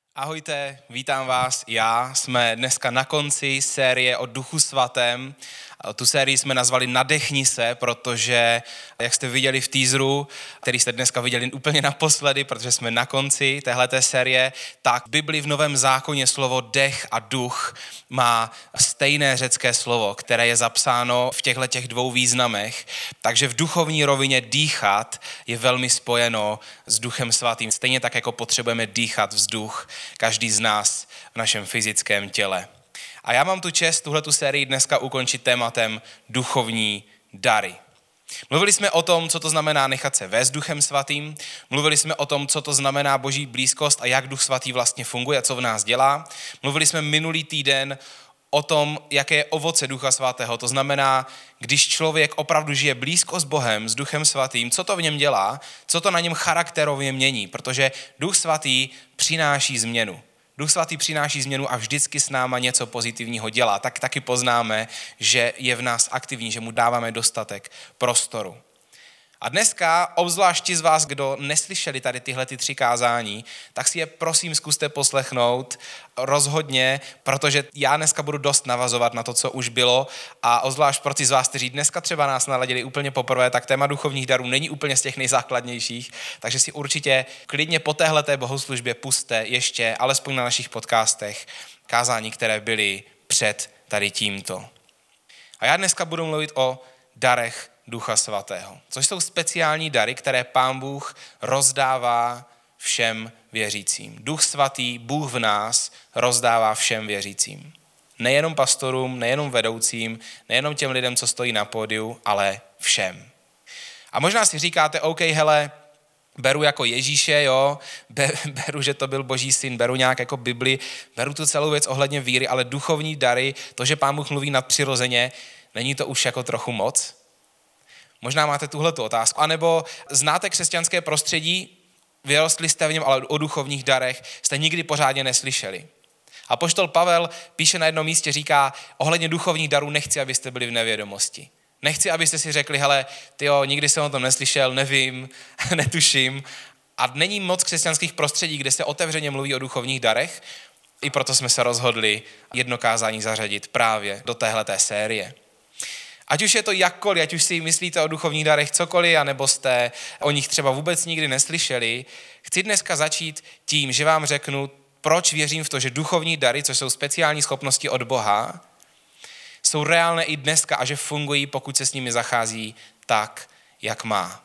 Ahojte, vítám vás, jsme dneska na konci série o Duchu svatém. Tu sérii jsme nazvali Nadechni se, protože, jak jste viděli v teaseru, který jste dneska viděli úplně naposledy, protože jsme na konci téhleté série, tak v Bibli v Novém zákoně slovo dech a duch má stejné řecké slovo, které je zapsáno v těchto dvou významech. Takže v duchovní rovině dýchat je velmi spojeno s Duchem svatým. Stejně tak, jako potřebujeme dýchat vzduch, každý z nás v našem fyzickém těle. A já mám tu čest tuhletu sérii dneska ukončit tématem duchovní dary. Mluvili jsme o tom, co to znamená nechat se vést Duchem svatým, mluvili jsme o tom, co to znamená boží blízkost a jak Duch svatý vlastně funguje a co v nás dělá. Mluvili jsme minulý týden o tom, jaké je ovoce Ducha svatého, to znamená, když člověk opravdu žije blízko s Bohem, s Duchem svatým, co to v něm dělá, co to na něm charakterově mění, protože Duch svatý přináší změnu. Duch svatý přináší změnu a vždycky s náma něco pozitivního dělá. Tak taky poznáme, že je v nás aktivní, že mu dáváme dostatek prostoru. A dneska, obzvlášť ti z vás, kdo neslyšeli tady tyhle tři kázání, tak si je prosím zkuste poslechnout rozhodně, protože já dneska budu dost navazovat na to, co už bylo a obzvlášť pro ty z vás, kteří dneska třeba nás naladili úplně poprvé, tak téma duchovních darů není úplně z těch nejzákladnějších, takže si určitě klidně po téhleté bohoslužbě pusťte ještě, alespoň na našich podcastech, kázání, které byly před tady tímto. A já dneska budu mluvit o darech Ducha svatého, což jsou speciální dary, které Pán Bůh rozdává všem věřícím. Duch svatý, Bůh v nás, rozdává všem věřícím. Nejenom pastorům, nejenom vedoucím, nejenom těm lidem, co stojí na pódiu, ale všem. A možná si říkáte, OK, hele, beru jako Ježíše, jo, beru, že to byl Boží syn, beru nějak jako Bibli, beru tu celou věc ohledně víry, ale duchovní dary, to, že Pán Bůh mluví nadpřirozeně, není to už jako trochu moc? Možná máte tuhletu otázku. A nebo znáte křesťanské prostředí, vyrostli jste v něm, ale o duchovních darech jste nikdy pořádně neslyšeli. Apoštol Pavel píše na jednom místě, říká, ohledně duchovních darů nechci, abyste byli v nevědomosti. Nechci, abyste si řekli, hele, tyjo, nikdy jsem o tom neslyšel, nevím, netuším. A není moc křesťanských prostředí, kde se otevřeně mluví o duchovních darech, i proto jsme se rozhodli jedno kázání zařadit právě do téhleté série. Ať už je to jakkoliv, ať už si myslíte o duchovních darech cokoliv, anebo jste o nich třeba vůbec nikdy neslyšeli, chci dneska začít tím, že vám řeknu, proč věřím v to, že duchovní dary, což jsou speciální schopnosti od Boha, jsou reálné i dneska a že fungují, pokud se s nimi zachází tak, jak má.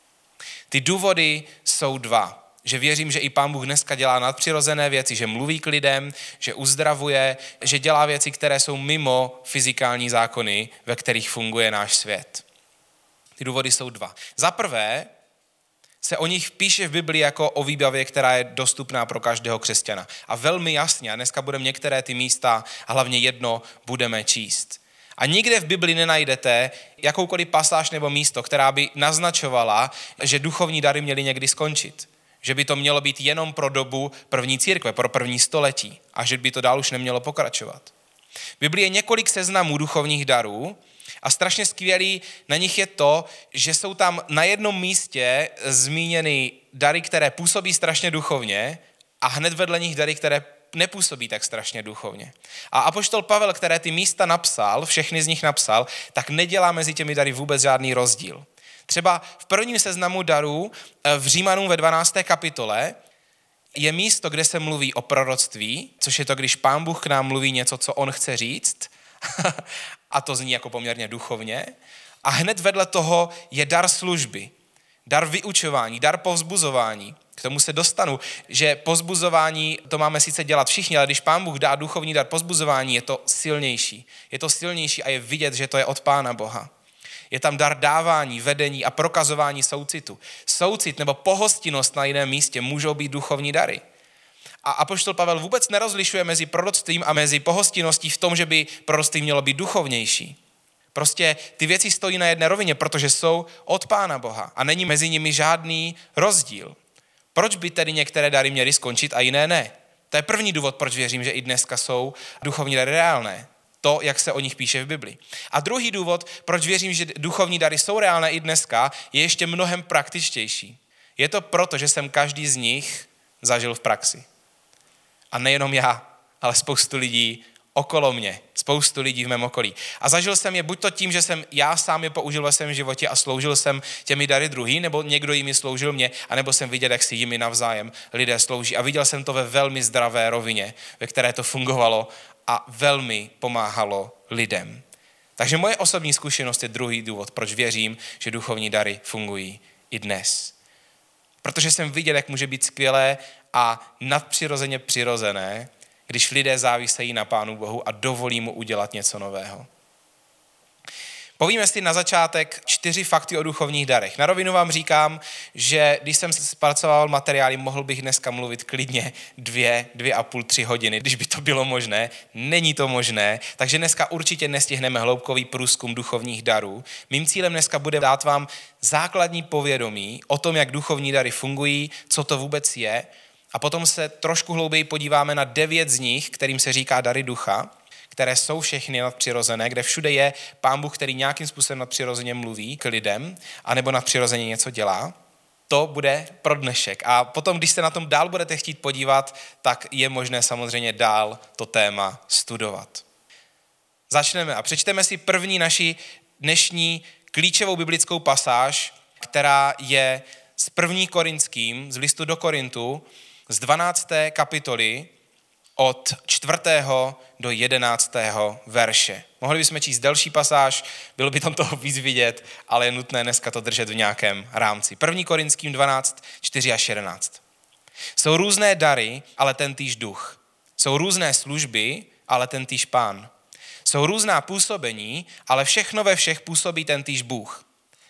Ty důvody jsou dva. Že věřím, že i Pán Bůh dneska dělá nadpřirozené věci, že mluví k lidem, že uzdravuje, že dělá věci, které jsou mimo fyzikální zákony, ve kterých funguje náš svět. Ty důvody jsou dva. Za prvé se o nich píše v Bibli jako o výbavě, která je dostupná pro každého křesťana. A velmi jasně, a dneska budeme některé ty místa, a hlavně jedno, budeme číst. A nikde v Bibli nenajdete jakoukoliv pasáž nebo místo, která by naznačovala, že duchovní dary měly někdy skončit. Že by to mělo být jenom pro dobu první církve, pro první století a že by to dál už nemělo pokračovat. V Biblii je několik seznamů duchovních darů a strašně skvělý na nich je to, že jsou tam na jednom místě zmíněny dary, které působí strašně duchovně a hned vedle nich dary, které nepůsobí tak strašně duchovně. A apoštol Pavel, které ty místa napsal, všechny z nich napsal, tak nedělá mezi těmi dary vůbec žádný rozdíl. Třeba v prvním seznamu darů v Římanům ve 12. kapitole je místo, kde se mluví o proroctví, což je to, když Pán Bůh k nám mluví něco, co on chce říct, a to zní jako poměrně duchovně. A hned vedle toho je dar služby, dar vyučování, dar povzbuzování. K tomu se dostanu, že povzbuzování to máme sice dělat všichni, ale když Pán Bůh dá duchovní dar povzbuzování, je to silnější. Je to silnější a je vidět, že to je od Pána Boha. Je tam dar dávání, vedení a prokazování soucitu. Soucit nebo pohostinnost na jiném místě můžou být duchovní dary. A apoštol Pavel vůbec nerozlišuje mezi proroctvím a mezi pohostinností v tom, že by proroctví mělo být duchovnější. Prostě ty věci stojí na jedné rovině, protože jsou od Pána Boha a není mezi nimi žádný rozdíl. Proč by tedy některé dary měly skončit a jiné ne? To je první důvod, proč věřím, že i dneska jsou duchovní dary reálné. To, jak se o nich píše v Bibli. A druhý důvod, proč věřím, že duchovní dary jsou reálné i dneska, je ještě mnohem praktičtější. Je to proto, že jsem každý z nich zažil v praxi. A nejenom já, ale spoustu lidí okolo mě, spoustu lidí v mém okolí. A zažil jsem je buď to tím, že jsem já sám je použil ve svém životě a sloužil jsem těmi dary druhý, nebo někdo jimi sloužil mě, anebo jsem viděl, jak si jimi navzájem lidé slouží. A viděl jsem to ve velmi zdravé rovině, ve které to fungovalo a velmi pomáhalo lidem. Takže moje osobní zkušenost je druhý důvod, proč věřím, že duchovní dary fungují i dnes. Protože jsem viděl, jak může být skvělé a nadpřirozeně přirozené, když lidé závisejí na Pánu Bohu a dovolí mu udělat něco nového. Povíme si na začátek 4 fakty o duchovních darech. Na rovinu vám říkám, že když jsem zpracoval materiály, mohl bych dneska mluvit klidně 2,5-3 hodiny, když by to bylo možné. Není to možné, takže dneska určitě nestihneme hloubkový průzkum duchovních darů. Mým cílem dneska bude dát vám základní povědomí o tom, jak duchovní dary fungují, co to vůbec je, a potom se trošku hlouběji podíváme na 9 z nich, kterým se říká dary ducha, které jsou všechny nadpřirozené, kde všude je Pán Bůh, který nějakým způsobem nadpřirozeně mluví k lidem, anebo nadpřirozeně něco dělá. To bude pro dnešek. A potom, když se na tom dál budete chtít podívat, tak je možné samozřejmě dál to téma studovat. Začneme a přečteme si první naši dnešní klíčovou biblickou pasáž, která je z 1. Korinským, z listu do Korintu, z 12. kapitoly od 4. do 11. verše. Mohli bychom číst delší pasáž, bylo by tam toho víc vidět, ale je nutné dneska to držet v nějakém rámci. 1. Korinským 12, 4 až 11. Jsou různé dary, ale tentýž duch. Jsou různé služby, ale tentýž Pán. Jsou různá působení, ale všechno ve všech působí tentýž Bůh.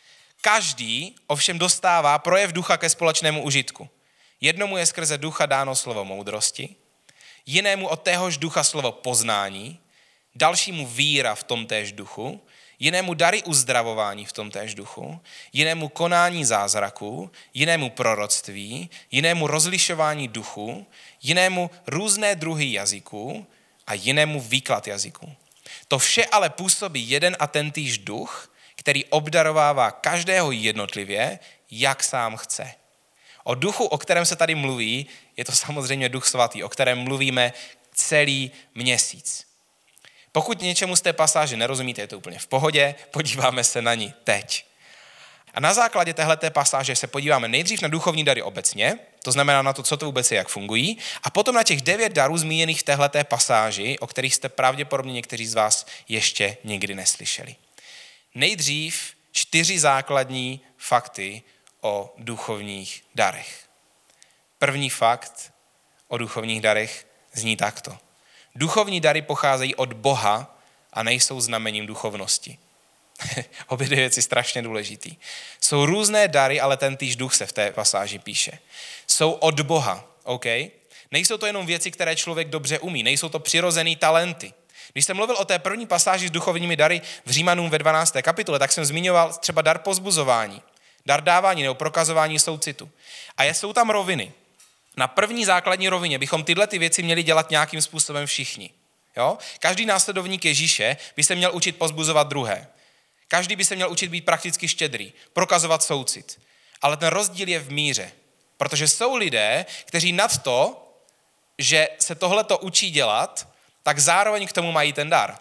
Každý ovšem dostává projev ducha ke společnému užitku. Jednomu je skrze ducha dáno slovo moudrosti, jinému od téhož ducha slovo poznání, dalšímu víra v tom též duchu, jinému dary uzdravování v tom též duchu, jinému konání zázraků, jinému proroctví, jinému rozlišování duchu, jinému různé druhy jazyků a jinému výklad jazyků. To vše ale působí jeden a tentýž duch, který obdarovává každého jednotlivě, jak sám chce. O duchu, o kterém se tady mluví, je to samozřejmě Duch Svatý, o kterém mluvíme celý měsíc. Pokud něčemu z té pasáže nerozumíte, je to úplně v pohodě, podíváme se na ní teď. A na základě téhleté pasáže se podíváme nejdřív na duchovní dary obecně, to znamená na to, co to vůbec je, jak fungují, a potom na těch 9 darů zmíněných v téhleté pasáži, o kterých jste pravděpodobně někteří z vás ještě nikdy neslyšeli. Nejdřív 4 základní fakty o duchovních darech. První fakt o duchovních darech zní takto. Duchovní dary pocházejí od Boha a nejsou znamením duchovnosti. Obě dvě věci strašně důležitý. Jsou různé dary, ale tentýž duch se v té pasáži píše. Jsou od Boha, OK? Nejsou to jenom věci, které člověk dobře umí, nejsou to přirozený talenty. Když jsem mluvil o té první pasáži s duchovními dary v Římanům ve 12. kapitole, tak jsem zmiňoval třeba dar povzbuzování, dar dávání nebo prokazování soucitu. A jsou tam roviny. Na první základní rovině bychom tyhle ty věci měli dělat nějakým způsobem všichni. Jo? Každý následovník Ježíše by se měl učit povzbuzovat druhé. Každý by se měl učit být prakticky štědrý, prokazovat soucit. Ale ten rozdíl je v míře. Protože jsou lidé, kteří nad to, že se tohleto učí dělat, tak zároveň k tomu mají ten dar.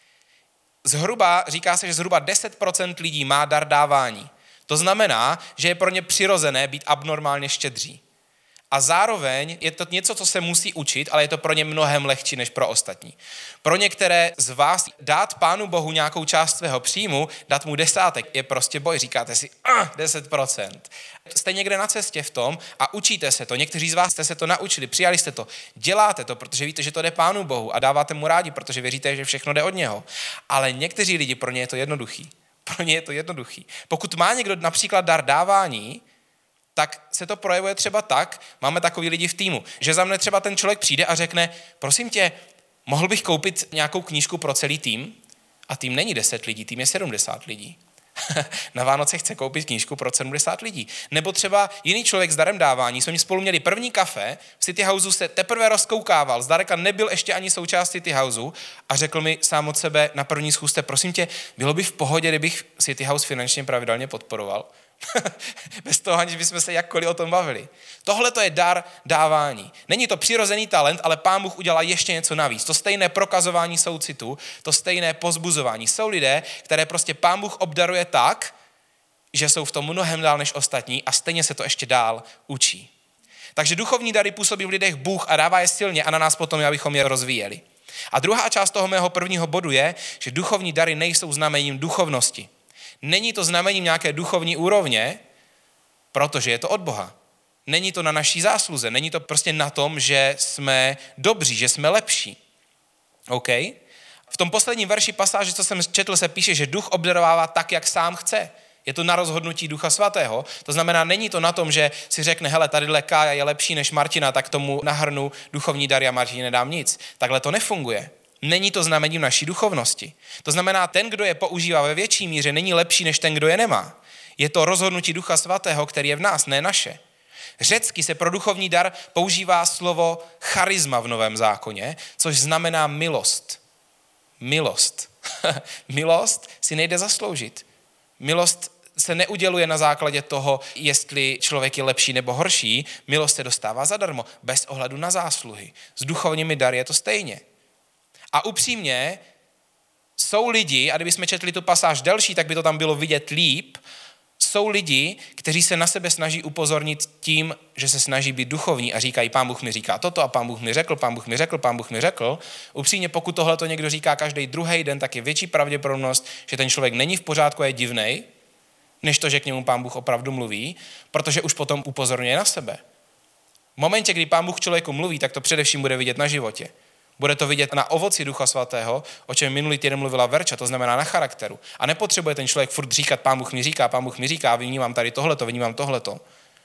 Říká se, že zhruba 10% lidí má dar dávání. To znamená, že je pro ně přirozené být abnormálně štědří. A zároveň je to něco, co se musí učit, ale je to pro ně mnohem lehčí než pro ostatní. Pro některé z vás dát Pánu Bohu nějakou část svého příjmu, dát mu desátek, je prostě boj. Říkáte si, 10%. Jste někde na cestě v tom a učíte se to. Někteří z vás jste se to naučili, přijali jste to, děláte to, protože víte, že to jde Pánu Bohu a dáváte mu rádi, protože věříte, že všechno jde od něho. Ale někteří lidi, pro ně je to jednoduchý. Pro ně je to jednoduchý. Pokud má někdo například dar dávání, tak se to projevuje třeba tak, máme takový lidi v týmu, že za mne třeba ten člověk přijde a řekne, prosím tě, mohl bych koupit nějakou knížku pro celý tým? A tým není 10 lidí, tým je 70 lidí. Na Vánoce chce koupit knížku pro 70 lidí. Nebo třeba jiný člověk s darem dávání, jsme spolu měli první kafe, v City Houseu se teprve rozkoukával, zdaleka nebyl ještě ani součást City Houseu a řekl mi sám od sebe na první schůzce, prosím tě, bylo by v pohodě, kdybych City House finančně pravidelně podporoval? Bez toho, aniž bychom se jakkoliv o tom bavili. Tohle to je dar dávání. Není to přirozený talent, ale Pán Bůh udělá ještě něco navíc. To stejné prokazování soucitu, to stejné pozbuzování. Jsou lidé, které prostě Pán Bůh obdaruje tak, že jsou v tom mnohem dál než ostatní a stejně se to ještě dál učí. Takže duchovní dary působí v lidech Bůh a dává je silně a na nás potom, abychom je rozvíjeli. A druhá část toho mého prvního bodu je, že duchovní dary nejsou znamením duchovnosti. Není to znamením nějaké duchovní úrovně, protože je to od Boha. Není to na naší zásluze, není to prostě na tom, že jsme dobří, že jsme lepší. OK? V tom posledním verši pasáže, co jsem četl, se píše, že duch obdarovává tak, jak sám chce. Je to na rozhodnutí Ducha Svatého. To znamená, není to na tom, že si řekne, hele, tadyhle Kája je lepší než Martina, tak tomu nahrnu duchovní dary a Martině nedám nic. Takhle to nefunguje. Není to znamením naší duchovnosti. To znamená, ten, kdo je používá ve větší míře, není lepší než ten, kdo je nemá. Je to rozhodnutí Ducha Svatého, který je v nás, ne naše. Řecky se pro duchovní dar používá slovo charisma v Novém zákoně, což znamená milost. Milost. Milost si nejde zasloužit. Milost se neuděluje na základě toho, jestli člověk je lepší nebo horší. Milost se dostává zadarmo, bez ohledu na zásluhy. S duchovními dary je to stejně. A upřímně, jsou lidi, a kdybychom četli tu pasáž delší, tak by to tam bylo vidět líp, jsou lidi, kteří se na sebe snaží upozornit tím, že se snaží být duchovní a říkají, Pán Bůh mi říká toto a Pán Bůh mi řekl, Pán Bůh mi řekl, Pán Bůh mi řekl. Upřímně, pokud tohle to někdo říká každý druhý den, tak je větší pravděpodobnost, že ten člověk není v pořádku a je divnej, než to, že k němu Pán Bůh opravdu mluví, protože už potom upozorňuje na sebe. V momentě, kdy Pán Bůh člověku mluví, tak to především bude vidět na životě. Bude to vidět na ovoci Ducha Svatého, o čem minulý týden mluvila Verča, to znamená na charakteru. A nepotřebuje ten člověk furt říkat, Pán Bůh mi říká, vnímám tady tohleto, vnímám tohleto.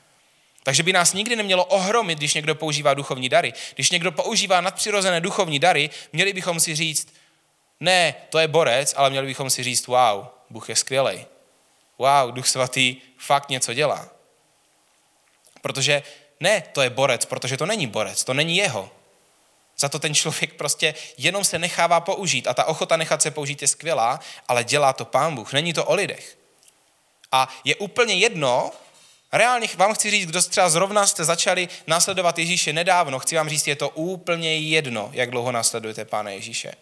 Takže by nás nikdy nemělo ohromit, když někdo používá duchovní dary. Když někdo používá nadpřirozené duchovní dary, měli bychom si říct, ne, to je borec, ale měli bychom si říct, wow, Bůh je skvělej. Wow, Duch Svatý fakt něco dělá. Protože ne, to je borec, protože to není borec, to není jeho. Za to ten člověk prostě jenom se nechává použít a ta ochota nechat se použít je skvělá, ale dělá to Pán Bůh, není to o lidech. A je úplně jedno, reálně vám chci říct, kdo třeba zrovna jste začali následovat Ježíše nedávno, chci vám říct, je to úplně jedno, jak dlouho následujete Pána Ježíše.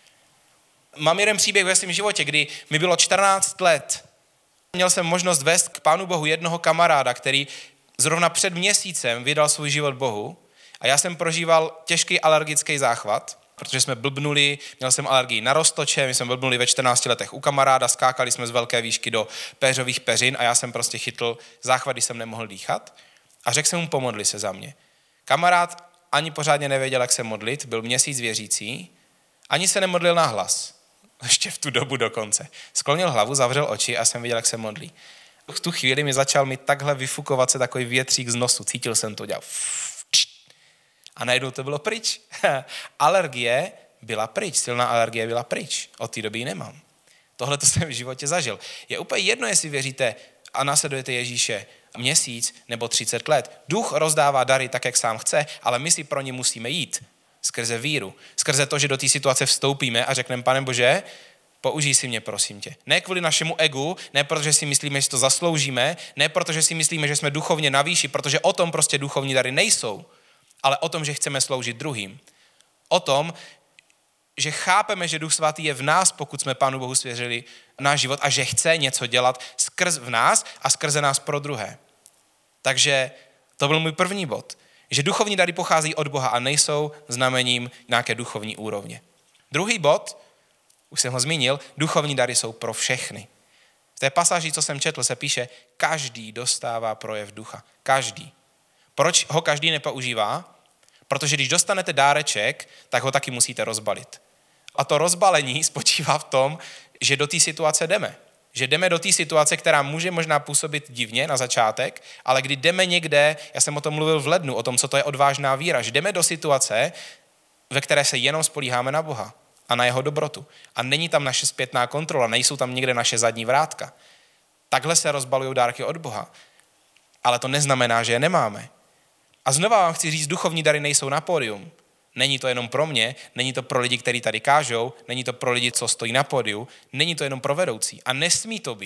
Mám jeden příběh ve svém životě, kdy mi bylo 14 let. Měl jsem možnost vést k Pánu Bohu jednoho kamaráda, který zrovna před měsícem vydal svůj život Bohu. A já jsem prožíval těžký alergický záchvat, protože jsme blbnuli, měl jsem alergii na roztoče, my jsme blbnuli ve 14 letech u kamaráda, skákali jsme z velké výšky do péřových peřin a já jsem prostě chytl záchvat, když jsem nemohl dýchat a řekl jsem mu, pomodli se za mě. Kamarád ani pořádně nevěděl, jak se modlit, byl měsíc věřící, ani se nemodlil na hlas, ještě v tu dobu dokonce. Sklonil hlavu, zavřel oči a jsem viděl, jak se modlí. V tu chvíli mi začal mi takhle vyfukovat se takový větřík z nosu, cítil jsem to, dělal. A najednou to bylo pryč. Alergie byla pryč, silná alergie byla pryč. Od té doby ji nemám. Tohle to jsem v životě zažil. Je úplně jedno, jestli věříte a následujete Ježíše měsíc nebo 30 let. Duch rozdává dary tak, jak sám chce, ale my si pro ně musíme jít. Skrze víru. Skrze to, že do té situace vstoupíme a řekneme, Pane Bože, použij si mě, prosím tě. Ne kvůli našemu egu, ne protože si myslíme, že si to zasloužíme, ne protože si myslíme, že jsme duchovně na výši, protože o tom prostě duchovní dary nejsou. Ale o tom, že chceme sloužit druhým. O tom, že chápeme, že Duch Svatý je v nás, pokud jsme Pánu Bohu svěřili náš život a že chce něco dělat skrz v nás a skrze nás pro druhé. Takže to byl můj první bod. Že duchovní dary pochází od Boha a nejsou znamením nějaké duchovní úrovně. Druhý bod, už jsem ho zmínil, duchovní dary jsou pro všechny. V té pasáži, co jsem četl, se píše, každý dostává projev ducha. Každý. Proč ho každý nepoužívá? Protože když dostanete dáreček, tak ho taky musíte rozbalit. A to rozbalení spočívá v tom, že do té situace jdeme. Že jdeme do té situace, která může možná působit divně na začátek, ale kdy jdeme někde, já jsem o tom mluvil v lednu, o tom, co to je odvážná víra, že jdeme do situace, ve které se jenom spolíháme na Boha a na jeho dobrotu. A není tam naše zpětná kontrola, nejsou tam někde naše zadní vrátka. Takhle se rozbalují dárky od Boha. Ale to neznamená, že je nemáme. A znova vám chci říct, duchovní dary nejsou na pódium. Není to jenom pro mě, není to pro lidi, kteří tady kážou, není to pro lidi, co stojí na pódiu, není to jenom pro vedoucí. A nesmí to být.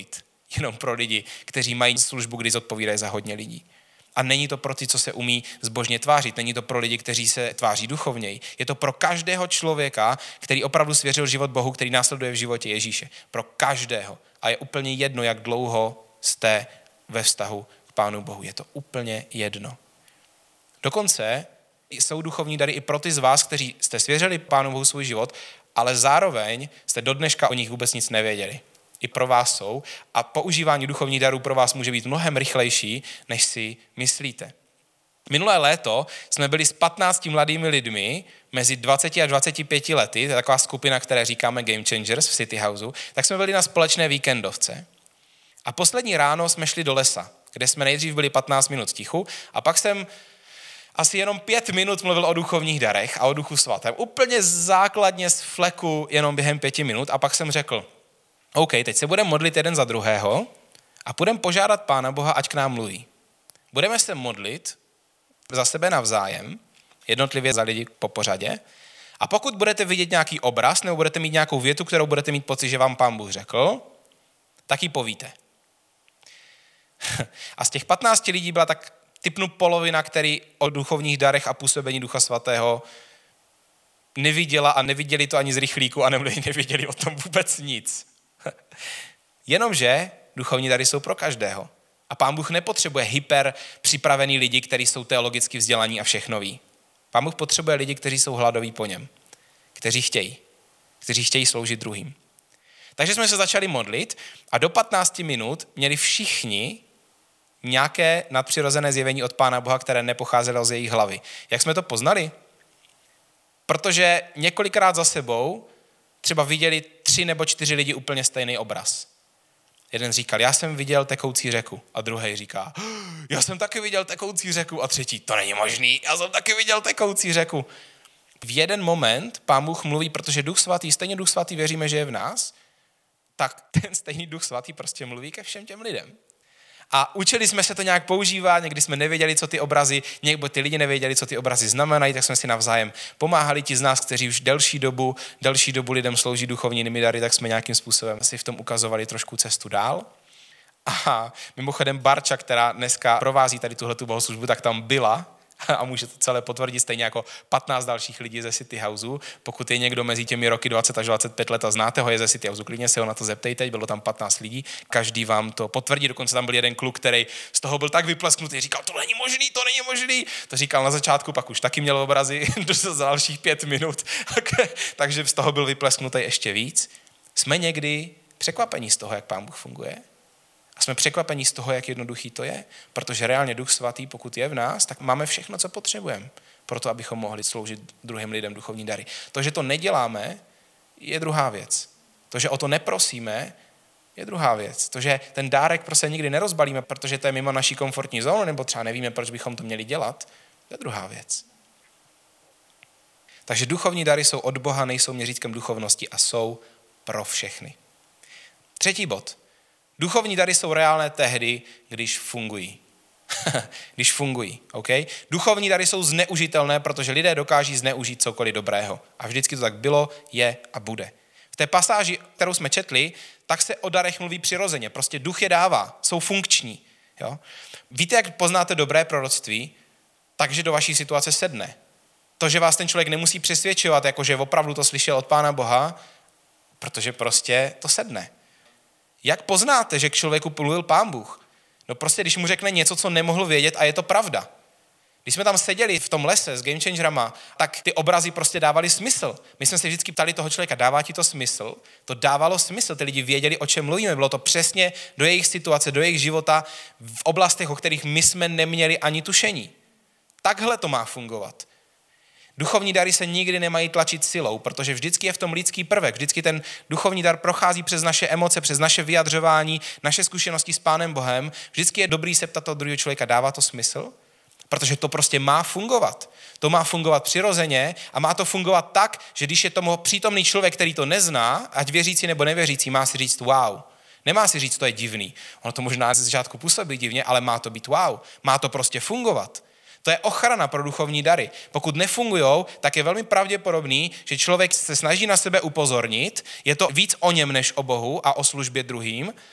jenom pro lidi, kteří mají službu, kdy zodpovídají za hodně lidí. A není to pro ty, co se umí zbožně tvářit, není to pro lidi, kteří se tváří duchovněji. Je to pro každého člověka, který opravdu svěřil život Bohu, který následuje v životě Ježíše. Pro každého. A je úplně jedno, jak dlouho jste ve vztahu k Pánu Bohu. Je to úplně jedno. Dokonce jsou duchovní dary i pro ty z vás, kteří jste svěřili Pánu Bohu svůj život, ale zároveň jste do dneška o nich vůbec nic nevěděli. I pro vás jsou a používání duchovních darů pro vás může být mnohem rychlejší, než si myslíte. Minulé léto jsme byli s 15 mladými lidmi mezi 20 a 25 lety, to je taková skupina, které říkáme Game Changers v City Houseu, tak jsme byli na společné víkendovce. A poslední ráno jsme šli do lesa, kde jsme nejdřív byli 15 minut tichu a pak jsem asi jenom 5 minut mluvil o duchovních darech a o Duchu Svatém. Úplně základně z fleku jenom během 5 minut a pak jsem řekl, OK, teď se budeme modlit jeden za druhého a budeme požádat Pána Boha, ať k nám mluví. Budeme se modlit za sebe navzájem, jednotlivě za lidi po pořadě. A pokud budete vidět nějaký obraz nebo budete mít nějakou větu, kterou budete mít pocit, že vám Pán Bůh řekl, tak ji povíte. A z těch 15 lidí byla tak typnu polovina, který o duchovních darech a působení Ducha Svatého neviděla a neviděli to ani z rychlíku a nevěděli o tom vůbec nic. Jenomže duchovní dary jsou pro každého. A Pán Bůh nepotřebuje hyper připravený lidi, kteří jsou teologicky vzdělaní a všechno ví. Pán Bůh potřebuje lidi, kteří jsou hladoví po něm. Kteří chtějí sloužit druhým. Takže jsme se začali modlit a do 15 minut měli všichni nějaké nadpřirozené zjevení od Pána Boha, které nepocházelo z jejich hlavy. Jak jsme to poznali? Protože několikrát za sebou třeba viděli 3 nebo 4 lidi úplně stejný obraz. Jeden říkal, já jsem viděl tekoucí řeku. A druhý říká, já jsem taky viděl tekoucí řeku. A třetí, to není možný, já jsem taky viděl tekoucí řeku. V jeden moment Pán Bůh mluví, protože Duch Svatý, stejně Duch Svatý věříme, že je v nás, tak ten stejný Duch Svatý prostě mluví ke všem těm lidem. A učili jsme se to nějak používat, někdy jsme nevěděli, co ty obrazy, někdy ty lidi nevěděli, co ty obrazy znamenají, tak jsme si navzájem pomáhali. Ti z nás, kteří už delší dobu lidem slouží duchovními dary, tak jsme nějakým způsobem si v tom ukazovali trošku cestu dál. A mimochodem Barča, která dneska provází tady tuhletu bohoslužbu, tak tam byla a může to celé potvrdit, stejně jako 15 dalších lidí ze City Houseu. Pokud je někdo mezi těmi roky 20 až 25 let a znáte ho, je ze City Houseu, klidně se ho na to zeptejte, bylo tam 15 lidí, každý vám to potvrdí, dokonce tam byl jeden kluk, který z toho byl tak vyplesknutý, říkal, to není možný. To říkal na začátku, pak už taky měl obrazy za dalších 5 minut, takže z toho byl vyplesknutý ještě víc. Jsme někdy překvapení z toho, jak Pán Bůh funguje. A jsme překvapení z toho, jak jednoduchý to je, protože reálně Duch Svatý, pokud je v nás, tak máme všechno, co potřebujeme pro to, abychom mohli sloužit druhým lidem duchovní dary. To, že to neděláme, je druhá věc. To, že o to neprosíme, je druhá věc. To, že ten dárek prostě nikdy nerozbalíme, protože to je mimo naší komfortní zónu, nebo třeba nevíme, proč bychom to měli dělat, to je druhá věc. Takže duchovní dary jsou od Boha, nejsou měřítkem duchovnosti a jsou pro všechny. 3. bod. Duchovní dary jsou reálné tehdy, když fungují. Když fungují, OK? Duchovní dary jsou zneužitelné, protože lidé dokáží zneužít cokoliv dobrého. A vždycky to tak bylo, je a bude. V té pasáži, kterou jsme četli, tak se o darech mluví přirozeně. Prostě duch je dává, jsou funkční. Jo? Víte, jak poznáte dobré proroctví? Takže do vaší situace sedne. To, že vás ten člověk nemusí přesvědčovat, jakože opravdu to slyšel od Pána Boha, protože prostě to sedne. Jak poznáte, že k člověku mluvil Pán Bůh? No prostě, když mu řekne něco, co nemohl vědět a je to pravda. Když jsme tam seděli v tom lese s Game Changerama, tak ty obrazy prostě dávaly smysl. My jsme se vždycky ptali toho člověka, dává ti to smysl? To dávalo smysl, ty lidi věděli, o čem mluvíme. Bylo to přesně do jejich situace, do jejich života v oblastech, o kterých my jsme neměli ani tušení. Takhle to má fungovat. Duchovní dary se nikdy nemají tlačit silou, protože vždycky je v tom lidský prvek. Vždycky ten duchovní dar prochází přes naše emoce, přes naše vyjadřování, naše zkušenosti s Pánem Bohem. Vždycky je dobrý se ptat toho druhého člověka, dává to smysl? Protože to prostě má fungovat. To má fungovat přirozeně a má to fungovat tak, že když je tomu přítomný člověk, který to nezná, ať věřící nebo nevěřící, má si říct wow. Nemá si říct, to je divný. Ono to možná ze začátku působí divně, ale má to být wow. Má to prostě fungovat. To je ochrana pro duchovní dary. Pokud nefungujou, tak je velmi pravděpodobný, že člověk se snaží na sebe upozornit, je to víc o něm než o Bohu a o službě druhým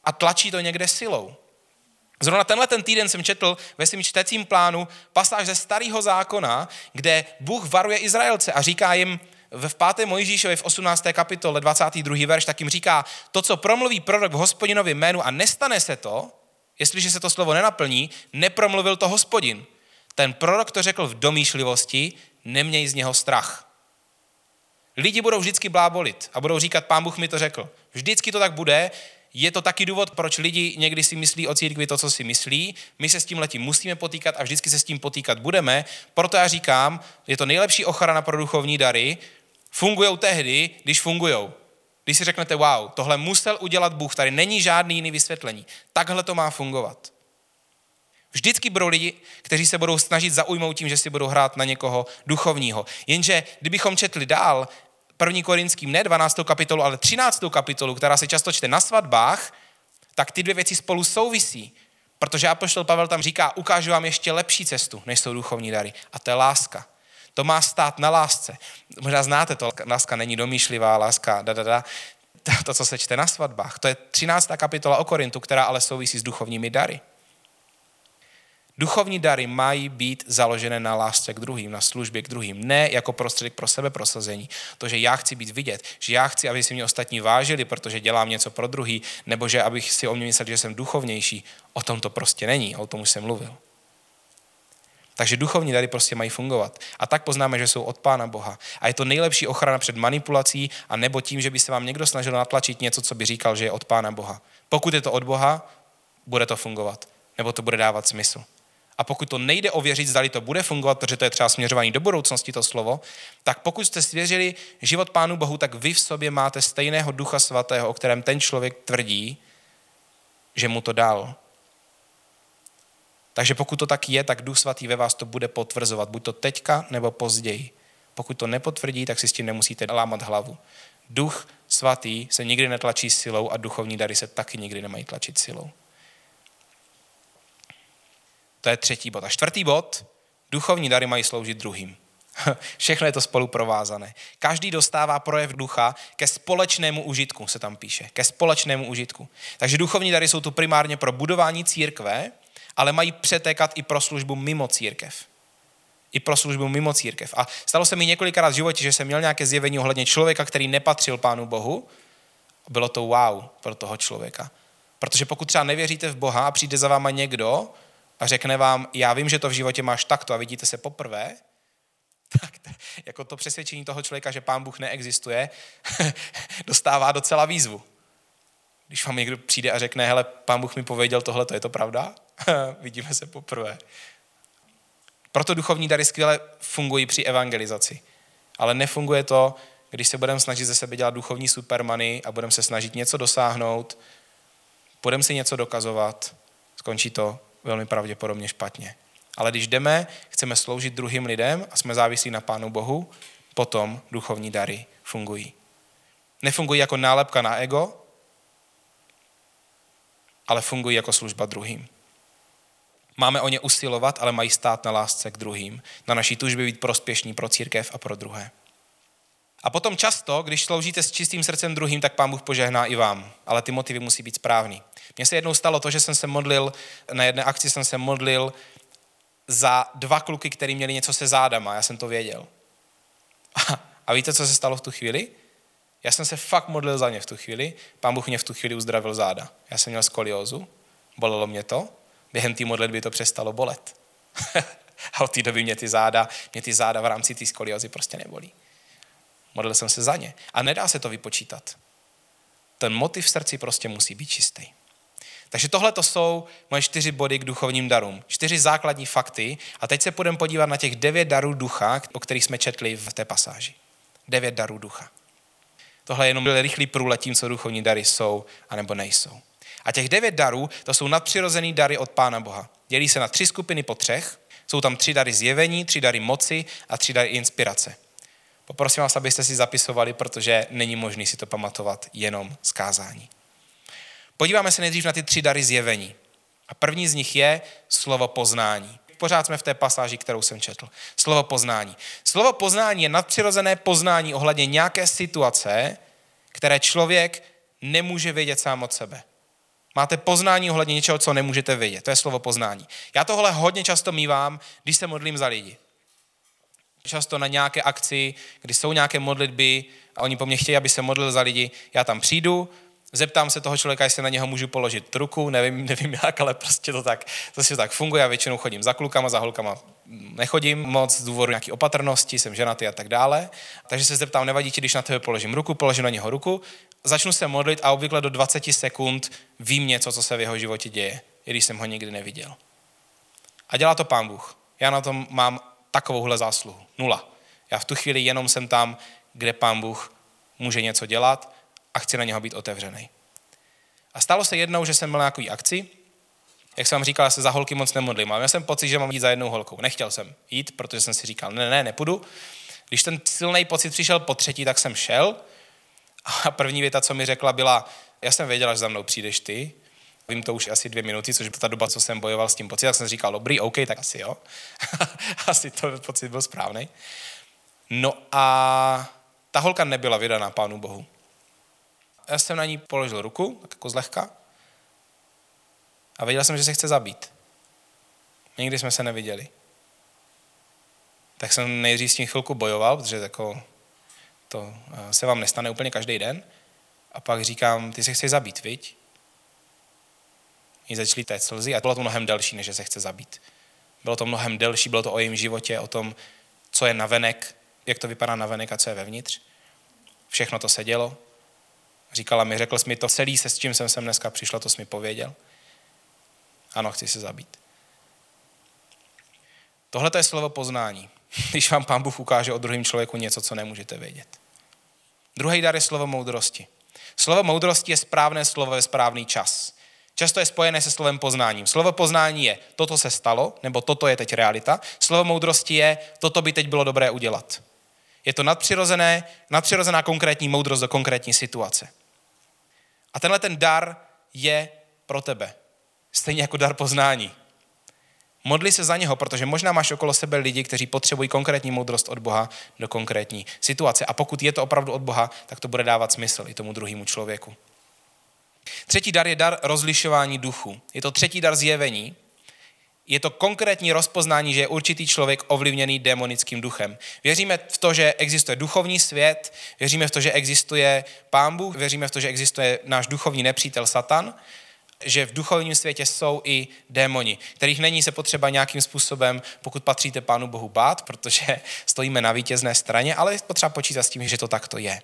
a tlačí to někde silou. Zrovna tenhle ten týden jsem četl ve svým čtecím plánu pasáž ze Starého zákona, kde Bůh varuje Izraelce a říká jim v 5. Mojžíšovi v 18. kapitole 22. verš, tak jim říká, to, co promluví prorok v Hospodinově jménu a nestane se to, jestliže se to slovo nenaplní, nepromluvil to Hospodin. Ten prorok to řekl v domýšlivosti, neměj z něho strach. Lidi budou vždycky blábolit a budou říkat, Pán Bůh mi to řekl. Vždycky to tak bude. Je to taky důvod, proč lidi někdy si myslí o církvi to, co si myslí. My se s tím letím musíme potýkat a vždycky se s tím potýkat budeme. Proto já říkám, je to nejlepší ochrana pro duchovní dary. Fungujou tehdy, když fungujou. Když si řeknete, wow, tohle musel udělat Bůh, tady není žádný jiný vysvětlení. Takhle to má fungovat. Vždycky budou lidi, kteří se budou snažit zaujmout tím, že si budou hrát na někoho duchovního. Jenže kdybychom četli dál, 1. Korinským ne 12. kapitolu, ale 13. kapitolu, která se často čte na svatbách, tak ty dvě věci spolu souvisí. Protože apoštol Pavel tam říká, ukážu vám ještě lepší cestu, než jsou duchovní dary. A to je láska. To má stát na lásce. Možná znáte to, láska není domýšlivá, láska to, co se čte na svatbách. To je 13. kapitola o Korintu, která ale souvisí s duchovními dary. Duchovní dary mají být založené na lásce k druhým, na službě k druhým, ne jako prostředek pro sebeprosazení. To, že já chci být vidět, že já chci, aby si mě ostatní vážili, protože dělám něco pro druhý, nebo že abych si o mě myslel, že jsem duchovnější. O tom to prostě není, o tom už jsem mluvil. Takže duchovní dary prostě mají fungovat. A tak poznáme, že jsou od Pána Boha. A je to nejlepší ochrana před manipulací a nebo tím, že by se vám někdo snažil natlačit něco, co by říkal, že je od Pána Boha. Pokud je to od Boha, bude to fungovat. Nebo to bude dávat smysl. A pokud to nejde ověřit, zdali to bude fungovat, protože to je třeba směřování do budoucnosti to slovo, tak pokud jste svěřili život Pánu Bohu, tak vy v sobě máte stejného Ducha Svatého, o kterém ten člověk tvrdí, že mu to dal. Takže pokud to tak je, tak Duch Svatý ve vás to bude potvrzovat, buď to teďka, nebo později. Pokud to nepotvrdí, tak si s tím nemusíte lámat hlavu. Duch Svatý se nikdy netlačí silou a duchovní dary se taky nikdy nemají tlačit silou. To je 3. bod. A 4. bod, duchovní dary mají sloužit druhým. Všechno je to spolu provázané. Každý dostává projev ducha ke společnému užitku, se tam píše. Ke společnému užitku. Takže duchovní dary jsou tu primárně pro budování církve, ale mají přetékat i pro službu mimo církev. I pro službu mimo církev. A stalo se mi několikrát v životě, že jsem měl nějaké zjevení ohledně člověka, který nepatřil Pánu Bohu. Bylo to wow pro toho člověka. Protože pokud třeba nevěříte v Boha a přijde za váma někdo a řekne vám, já vím, že to v životě máš takto a vidíte se poprvé, tak jako to přesvědčení toho člověka, že Pán Bůh neexistuje, dostává docela výzvu. Když vám někdo přijde a řekne, hele, Pán Bůh mi pověděl tohle, to je to pravda? Vidíme se poprvé. Proto duchovní dary skvěle fungují při evangelizaci. Ale nefunguje to, když se budeme snažit ze sebe dělat duchovní supermany a budeme se snažit něco dosáhnout, budeme si něco dokazovat, skončí to velmi pravděpodobně špatně. Ale když jdeme, chceme sloužit druhým lidem a jsme závislí na Pánu Bohu, potom duchovní dary fungují. Nefungují jako nálepka na ego, ale fungují jako služba druhým. Máme o ně usilovat, ale mají stát na lásce k druhým, na naší tužbě být prospěšní pro církev a pro druhé. A potom často, když sloužíte s čistým srdcem druhým, tak Pán Bůh požehná i vám, ale ty motivy musí být správný. Mně se jednou stalo to, že jsem se modlil, na jedné akci jsem se modlil za 2 kluky, který měli něco se zádama, já jsem to věděl. A víte, co se stalo v tu chvíli? Já jsem se fakt modlil za ně v tu chvíli, Pán Bůh mě v tu chvíli uzdravil záda. Já jsem měl skoliózu, bolelo mě to, během té modlitby to přestalo bolet. A od té doby mě ty záda v rámci té skoliózy prostě nebolí. Modlil jsem se za ně. A nedá se to vypočítat. Ten motiv v srdci prostě musí být čistý. Takže tohle to jsou moje 4 body k duchovním darům. 4 základní fakty a teď se půjdeme podívat na těch 9 darů ducha, o kterých jsme četli v té pasáži. 9 darů ducha. Tohle je jenom rychlý průlet tím, co duchovní dary jsou anebo nejsou. A těch 9 darů, to jsou nadpřirozený dary od Pána Boha. Dělí se na 3 skupiny po 3. Jsou tam 3 dary zjevení, 3 dary moci a 3 dary inspirace. Poprosím vás, abyste si zapisovali, protože není možné si to pamatovat jenom z kázání. Podíváme se nejdřív na ty 3 dary zjevení. A první z nich je slovo poznání. Pořád jsme v té pasáži, kterou jsem četl. Slovo poznání. Slovo poznání je nadpřirozené poznání ohledně nějaké situace, které člověk nemůže vědět sám od sebe. Máte poznání ohledně něčeho, co nemůžete vědět. To je slovo poznání. Já tohle hodně často mívám, když se modlím za lidi. Často na nějaké akci, kdy jsou nějaké modlitby a oni po mně chtějí, aby se modlil za lidi, já tam přijdu, zeptám se toho člověka, jestli na něho můžu položit ruku, nevím jak, ale prostě to tak funguje. Já většinou chodím za klukama, za holkama nechodím moc z důvodu nějaké opatrnosti, jsem ženatý a tak dále. Takže se zeptám, nevadí ti, když na tebe položím ruku, položím na něho ruku, začnu se modlit a obvykle do 20 sekund vím něco, co se v jeho životě děje, i když jsem ho nikdy neviděl. A dělá to Pán Bůh. Já na tom mám takovouhle zásluhu. 0. Já v tu chvíli jenom jsem tam, kde Pán Bůh může něco dělat a chci na něho být otevřený. A stalo se jednou, že jsem byl na nějaký akci. Jak jsem vám říkal, já se za holky moc nemodlím, ale měl jsem pocit, že mám jít za jednou holkou. Nechtěl jsem jít, protože jsem si říkal, nepůjdu. Když ten silný pocit přišel po třetí, tak jsem šel. A první věta, co mi řekla, byla, já jsem věděla, že za mnou přijdeš ty. Vím to už asi 2 minuty, což byla ta doba, co jsem bojoval s tím pocitem, tak jsem říkal, dobrý, OK, tak asi jo. Asi to pocit byl správný. No a ta holka nebyla vydaná Pánu Bohu. Já jsem na ní položil ruku, tak jako zlehka. A věděl jsem, že se chce zabít. Nikdy jsme se neviděli. Tak jsem nejdřív s tím chvilku bojoval, protože to se vám nestane úplně každý den. A pak říkám, ty se chceš zabít, viď? Jí začaly téct slzy a bylo to mnohem delší, než že se chce zabít. Bylo to mnohem delší, bylo to o jejím životě, o tom, co je navenek, jak to vypadá navenek a co je vevnitř. Všechno to se dělo. Říkala mi, řekl jsi mi to celý, se s čím jsem sem dneska přišla, to jsi mi pověděl. Ano, chci se zabít. Tohle je slovo poznání. Když vám Pán Bůh ukáže o druhém člověku něco, co nemůžete vědět. Druhý dar je slovo moudrosti. Slovo moudrosti je správné slovo ve správný čas. Často je spojené se slovem poznáním. Slovo poznání je, toto se stalo, nebo toto je teď realita. Slovo moudrosti je, toto by teď bylo dobré udělat. Je to nadpřirozená konkrétní moudrost do konkrétní situace. A tenhle ten dar je pro tebe. Stejně jako dar poznání. Modli se za něho, protože možná máš okolo sebe lidi, kteří potřebují konkrétní moudrost od Boha do konkrétní situace. A pokud je to opravdu od Boha, tak to bude dávat smysl i tomu druhému člověku. Třetí dar je dar rozlišování duchu. Je to třetí dar zjevení. Je to konkrétní rozpoznání, že je určitý člověk ovlivněný démonickým duchem. Věříme v to, že existuje duchovní svět, věříme v to, že existuje Pán Bůh, věříme v to, že existuje náš duchovní nepřítel Satan, že v duchovním světě jsou i démoni, kterých není se potřeba nějakým způsobem, pokud patříte Pánu Bohu, bát, protože stojíme na vítězné straně, ale je potřeba počítat s tím, že to takto je.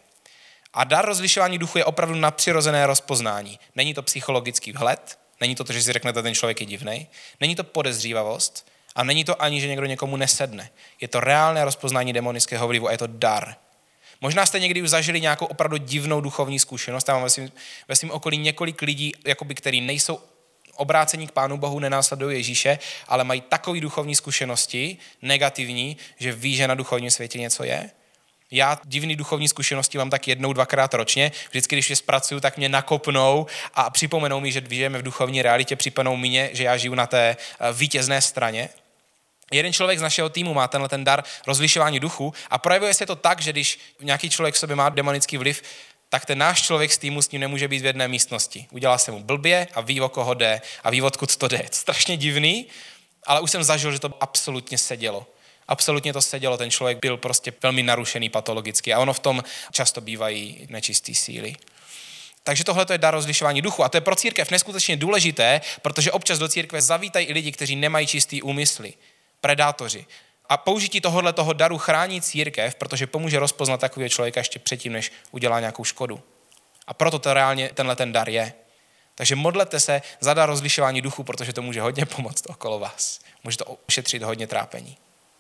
A dar rozlišování duchu je opravdu nadpřirozené rozpoznání. Není to psychologický vhled, není to, že si řeknete, ten člověk je divnej, není to podezřívavost a není to ani, že někdo někomu nesedne. Je to reálné rozpoznání demonického vlivu a je to dar. Možná jste někdy už zažili nějakou opravdu divnou duchovní zkušenost. Já mám ve svém okolí několik lidí, kteří nejsou obrácení k Pánu Bohu, nenásledují Ježíše, ale mají takové duchovní zkušenosti, negativní, že ví, že na duchovním světě něco je. Já divný duchovní zkušenosti mám tak 1-2krát ročně. Vždycky, když je zpracuju, tak mě nakopnou a připomenou mi, že žijeme v duchovní realitě, připomenou mě, že já žiju na té vítězné straně. Jeden člověk z našeho týmu má tenhle ten dar rozlišování duchu a projevuje se to tak, že když nějaký člověk v sobě má demonický vliv, tak ten náš člověk z týmu s ním nemůže být v jedné místnosti. Udělá se mu blbě a ví, o koho jde a ví, odkud to jde. Strašně divný, ale už jsem zažil, že to absolutně sedělo. Absolutně to sedělo, ten člověk byl prostě velmi narušený patologicky a ono v tom často bývají nečistý síly. Takže tohle je dar rozlišování duchu a to je pro církev neskutečně důležité, protože občas do církve zavítají i lidi, kteří nemají čistý úmysly, predátoři. A použití tohoto daru chrání církev, protože pomůže rozpoznat takového člověka ještě předtím, než udělá nějakou škodu. A proto to reálně tenhle ten dar je. Takže modlete se za dar rozlišování duchu, protože to může hodně pomoct okolo vás. Může to ušetřit hodně trápení.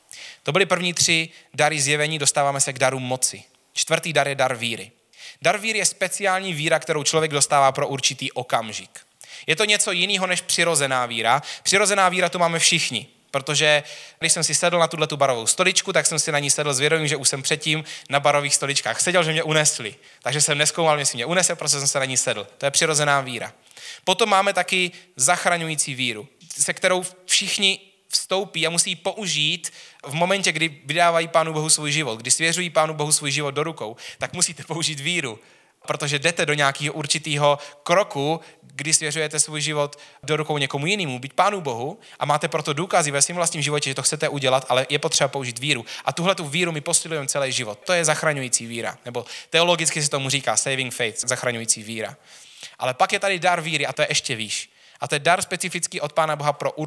To byly první 3 dary zjevení, dostáváme se k daru moci. 4. dar je dar víry. Dar víry je speciální víra, kterou člověk dostává pro určitý okamžik. Je to něco jiného než přirozená víra. Přirozená víra tu máme všichni, protože když jsem si sedl na tu barovou stoličku, tak jsem si na ní sedl s vědomím, že už jsem předtím na barových stoličkách seděl, že mě unesli. Takže jsem nezkoumal, jestli mě unese, protože jsem se na ní sedl. To je přirozená víra. Potom máme taky zachraňující víru, se kterou všichni vstoupí a musí použít v momentě, kdy vydávají Pánu Bohu svůj život. Když svěřují Pánu Bohu svůj život do rukou, tak musíte použít víru. protože jdete do nějakého určitého kroku, kdy svěřujete svůj život do rukou někomu jinému, být Pánu Bohu a máte proto důkazy ve svém vlastním životě, že to chcete udělat, ale je potřeba použít víru. A tuhle tu víru my posilujeme celý život. To je zachraňující víra, nebo teologicky se tomu říká saving faith, zachraňující víra. Ale pak je tady dar víry a to je ještě výš. A to je dar specifický od Pána Boha pro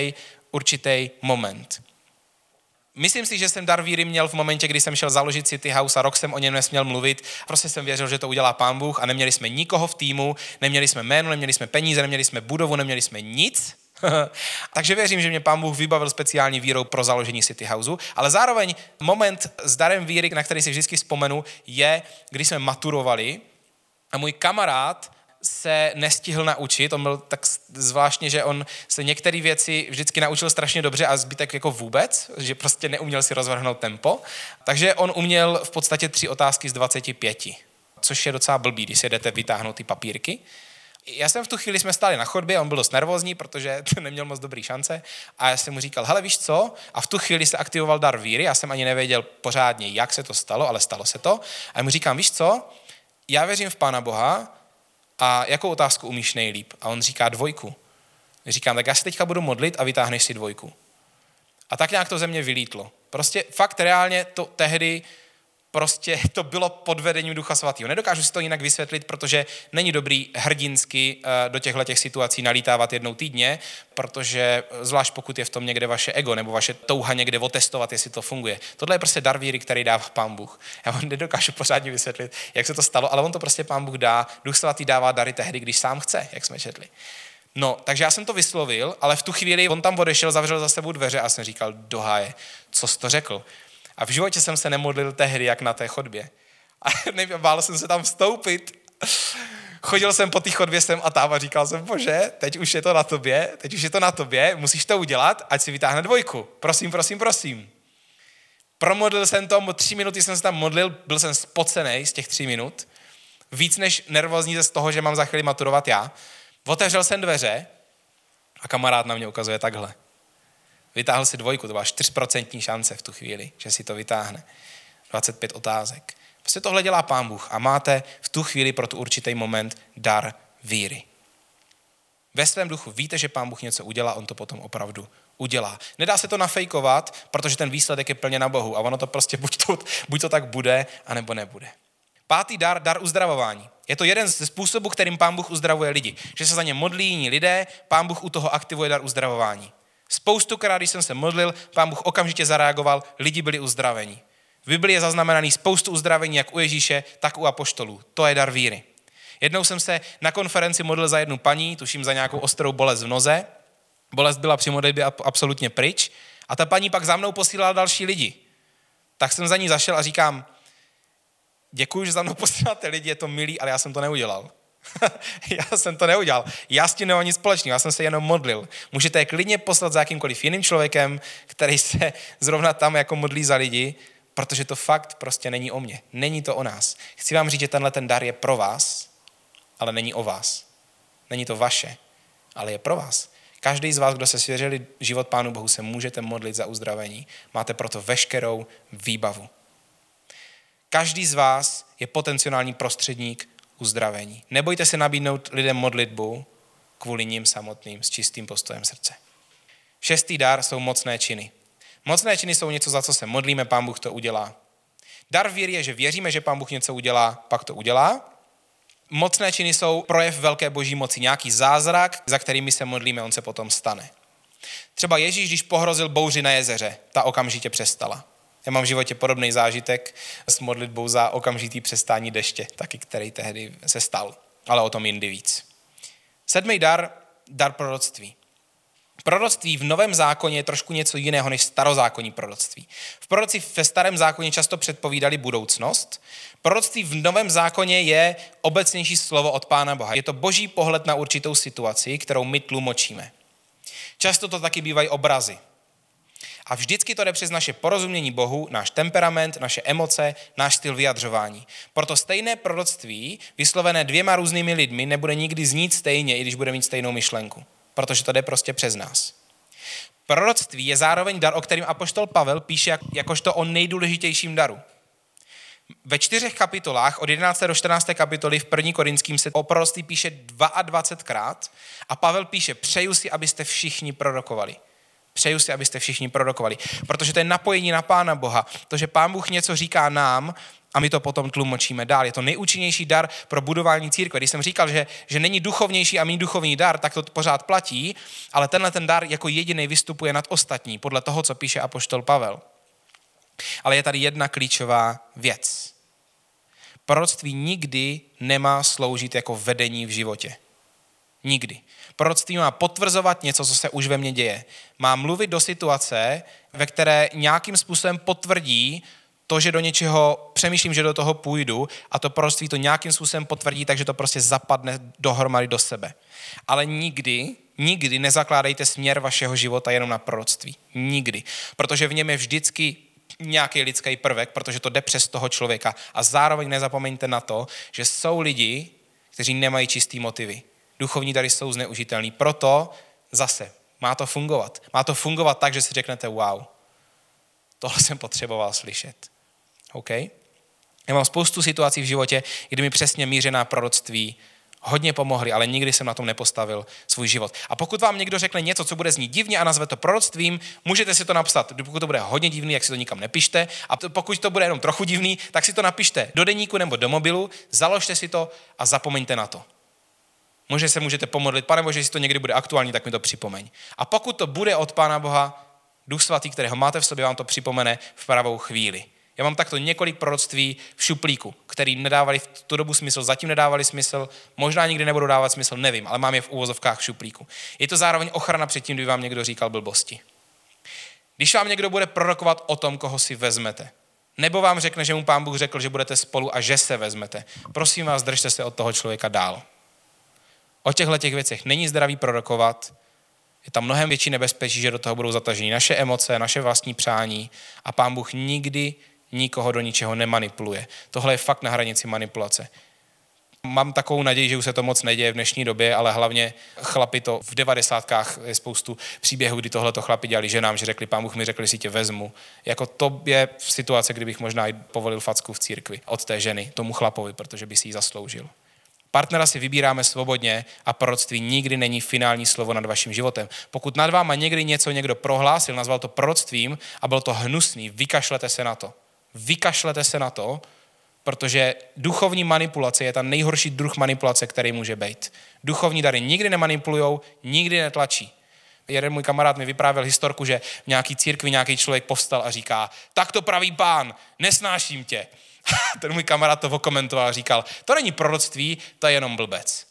určitý moment. Myslím si, že jsem dar víry měl v momentě, kdy jsem šel založit City House a rok jsem o něm nesměl mluvit. Prostě jsem věřil, že to udělá Pán Bůh a neměli jsme nikoho v týmu, neměli jsme jméno, neměli jsme peníze, neměli jsme budovu, neměli jsme nic. Takže věřím, že mě Pán Bůh vybavil speciální vírou pro založení City Houseu, ale zároveň moment s darem víry, na který si vždycky vzpomenu, je, když jsme maturovali a můj kamarád se nestihl naučit, on byl tak zvláštně, že on se některé věci vždycky naučil strašně dobře a zbytek jako vůbec, že prostě neuměl si rozvrhnout tempo, takže on uměl v podstatě 3 otázky z 25, což je docela blbý, když si jdete vytáhnout ty papírky. Já jsem v tu chvíli, jsme stáli na chodbě, on byl dost nervózní, protože neměl moc dobrý šance a já jsem mu říkal, hele víš co, a v tu chvíli se aktivoval dar víry, já jsem ani nevěděl pořádně, jak se to stalo, ale stalo se to a já mu říkám, víš co, já věřím v Pána Boha, a jakou otázku umíš nejlíp? A on říká 2. Říkám, tak já se teďka budu modlit a vytáhneš si 2. A tak nějak to ze mě vylítlo. Prostě fakt reálně to tehdy prostě to bylo pod vedením Ducha Svatého. Nedokážu si to jinak vysvětlit, protože není dobrý hrdinsky do těchto situací nalítávat jednou týdně, protože zvlášť pokud je v tom někde vaše ego nebo vaše touha někde otestovat, jestli to funguje. Tohle je prostě dar víry, který dává Pán Bůh. Já vám nedokážu pořádně vysvětlit, jak se to stalo, ale on to prostě Pán Bůh dá. Duch Svatý dává dary tehdy, když sám chce, jak jsme četli. No, takže já jsem to vyslovil, ale v tu chvíli on tam odešel, zavřel za sebou dveře a jsem říkal, do háje, co jsi to řekl? A v životě jsem se nemodlil tehdy, jak na té chodbě. A bál jsem se tam vstoupit. Chodil jsem po té chodbě sem a tam a říkal jsem, bože, teď už je to na tobě, musíš to udělat, ať si vytáhne 2. Prosím. Promodlil jsem to, 3 minuty jsem se tam modlil, byl jsem spocenej z těch 3 minut, víc než nervózní z toho, že mám za chvíli maturovat já. Otevřel jsem dveře a kamarád na mě ukazuje takhle. Vytáhl si 2, to byla 4% šance v tu chvíli, že si to vytáhne. 25 otázek. Prostě tohle dělá Pán Bůh a máte v tu chvíli pro tu určitý moment dar víry. Ve svém duchu víte, že Pán Bůh něco udělá, on to potom opravdu udělá. Nedá se to nafejkovat, protože ten výsledek je plně na Bohu a ono to prostě buď to tak bude, anebo nebude. 5. dar uzdravování. Je to jeden ze způsobů, kterým Pán Bůh uzdravuje lidi. Že se za ně modlí jiní lidé, Pán Bůh u toho aktivuje dar uzdravování. Spoustukrát, když jsem se modlil, Pán Bůh okamžitě zareagoval, lidi byli uzdraveni. V Biblii je zaznamenaný spoustu uzdravení, jak u Ježíše, tak u apoštolů. To je dar víry. Jednou jsem se na konferenci modlil za jednu paní, tuším za nějakou ostrou bolest v noze. Bolest byla při modlitbě absolutně pryč a ta paní pak za mnou posílala další lidi. Tak jsem za ní zašel a říkám, děkuji, že za mnou posíláte lidi, je to milý, ale já jsem to neudělal. Já s tím nemám nic společného, já jsem se jenom modlil. Můžete je klidně poslat za jakýmkoliv jiným člověkem, který se zrovna tam jako modlí za lidi, protože to fakt prostě není o mně. Není to o nás. Chci vám říct, že tenhle ten dar je pro vás, ale není o vás. Není to vaše, ale je pro vás. Každý z vás, kdo se svěřili život Pánu Bohu, se můžete modlit za uzdravení. Máte proto veškerou výbavu. Každý z vás je potenciální prostředník uzdravení. Nebojte se nabídnout lidem modlitbu kvůli nim samotným s čistým postojem srdce. 6. dar jsou mocné činy. Mocné činy jsou něco, za co se modlíme, Pán Bůh to udělá. Dar víry je, že věříme, že Pán Bůh něco udělá, pak to udělá. Mocné činy jsou projev velké boží moci, nějaký zázrak, za kterými se modlíme, on se potom stane. Třeba Ježíš, když pohrozil bouři na jezeře, ta okamžitě přestala. Já mám v životě podobný zážitek s modlitbou za okamžitý přestání deště, taky který tehdy se stal, ale o tom jindy víc. 7. dar proroctví. Proroctví v Novém zákoně je trošku něco jiného než starozákonní proroctví. V proroci ve Starém zákoně často předpovídali budoucnost. Proroctví v Novém zákoně je obecnější slovo od Pána Boha. Je to boží pohled na určitou situaci, kterou my tlumočíme. Často to taky bývají obrazy. A vždycky to jde přes naše porozumění Bohu, náš temperament, naše emoce, náš styl vyjadřování. Proto stejné proroctví, vyslovené 2 různými lidmi, nebude nikdy znít stejně, i když bude mít stejnou myšlenku. Protože to jde prostě přes nás. Proroctví je zároveň dar, o kterém apoštol Pavel píše jakožto o nejdůležitějším daru. Ve 4 kapitolách, od 11. do 14. kapitoly v 1. Korinským se o proroctví píše 22krát a Pavel píše, přeju si, abyste všichni prorokovali. Přeju si, abyste všichni prorokovali. Protože to je napojení na Pána Boha. To, že Pán Bůh něco říká nám a my to potom tlumočíme dál. Je to nejúčinnější dar pro budování církve. Když jsem říkal, že není duchovnější a méně duchovní dar, tak to pořád platí, ale tenhle ten dar jako jediný vystupuje nad ostatní, podle toho, co píše apoštol Pavel. Ale je tady jedna klíčová věc. Proroctví nikdy nemá sloužit jako vedení v životě. Nikdy. Proroctví má potvrzovat něco, co se už ve mně děje. Má mluvit do situace, ve které nějakým způsobem potvrdí to, že do něčeho přemýšlím, že do toho půjdu a to proroctví to nějakým způsobem potvrdí, takže to prostě zapadne dohromady do sebe. Ale nikdy nezakládejte směr vašeho života jenom na proroctví. Nikdy. Protože v něm je vždycky nějaký lidský prvek, protože to jde přes toho člověka. A zároveň nezapomeňte na to, že jsou lidi, kteří nemají čistý motivy. Duchovní dary jsou zneužitelný. Proto zase má to fungovat. Má to fungovat tak, že si řeknete wow, tohle jsem potřeboval slyšet. OK? Já mám spoustu situací v životě, kdy mi přesně mířená proroctví hodně pomohly, ale nikdy jsem na tom nepostavil svůj život. A pokud vám někdo řekne něco, co bude znít divně a nazve to proroctvím, můžete si to napsat. Pokud to bude hodně divný, jak si to nikam nepište. A pokud to bude jenom trochu divný, tak si to napište do deníku nebo do mobilu, založte si to a zapomeňte na to. Možná se můžete pomodlit, Pane Bože, jestli to někdy bude aktuální, tak mi to připomeň. A pokud to bude od Pána Boha, Duch Svatý, kterého máte v sobě, vám to připomene v pravou chvíli. Já mám takto několik proroctví v šuplíku, který nedávali v tu dobu smysl, zatím nedávali smysl, možná nikdy nebudou dávat smysl, nevím, ale mám je v uvozovkách v šuplíku. Je to zároveň ochrana před tím, kdyby vám někdo říkal blbosti. Když vám někdo bude prorokovat o tom, koho si vezmete, nebo vám řekne, že mu Pán Bůh řekl, že budete spolu a že se vezmete, prosím vás, držte se od toho člověka dál. O těchto věcech není zdravý prorokovat, je tam mnohem větší nebezpečí, že do toho budou zataženy naše emoce, naše vlastní přání a Pán Bůh nikdy nikoho do ničeho nemanipuluje. Tohle je fakt na hranici manipulace. Mám takovou naději, že už se to moc neděje v dnešní době, ale hlavně chlapi to v 90kách je spoustu příběhů, kdy tohleto chlapi dělali ženám, že řekli, Pán Bůh mi řekl, že si tě vezmu. Jako to je situace, kdybych možná i povolil facku v církvi od té ženy, tomu chlapovi, protože by si ji zasloužil. Partnera si vybíráme svobodně a proroctví nikdy není finální slovo nad vaším životem. Pokud nad váma někdy něco někdo prohlásil, nazval to proroctvím a bylo to hnusný, vykašlete se na to. Vykašlete se na to, protože duchovní manipulace je ta nejhorší druh manipulace, který může být. Duchovní dary nikdy nemanipulujou, nikdy netlačí. Jeden můj kamarád mi vyprávěl historku, že v nějaký církvi nějaký člověk povstal a říká, tak to praví Pán, nesnáším tě. Ten můj kamarád to okomentoval a říkal, to není proroctví, to je jenom blbec.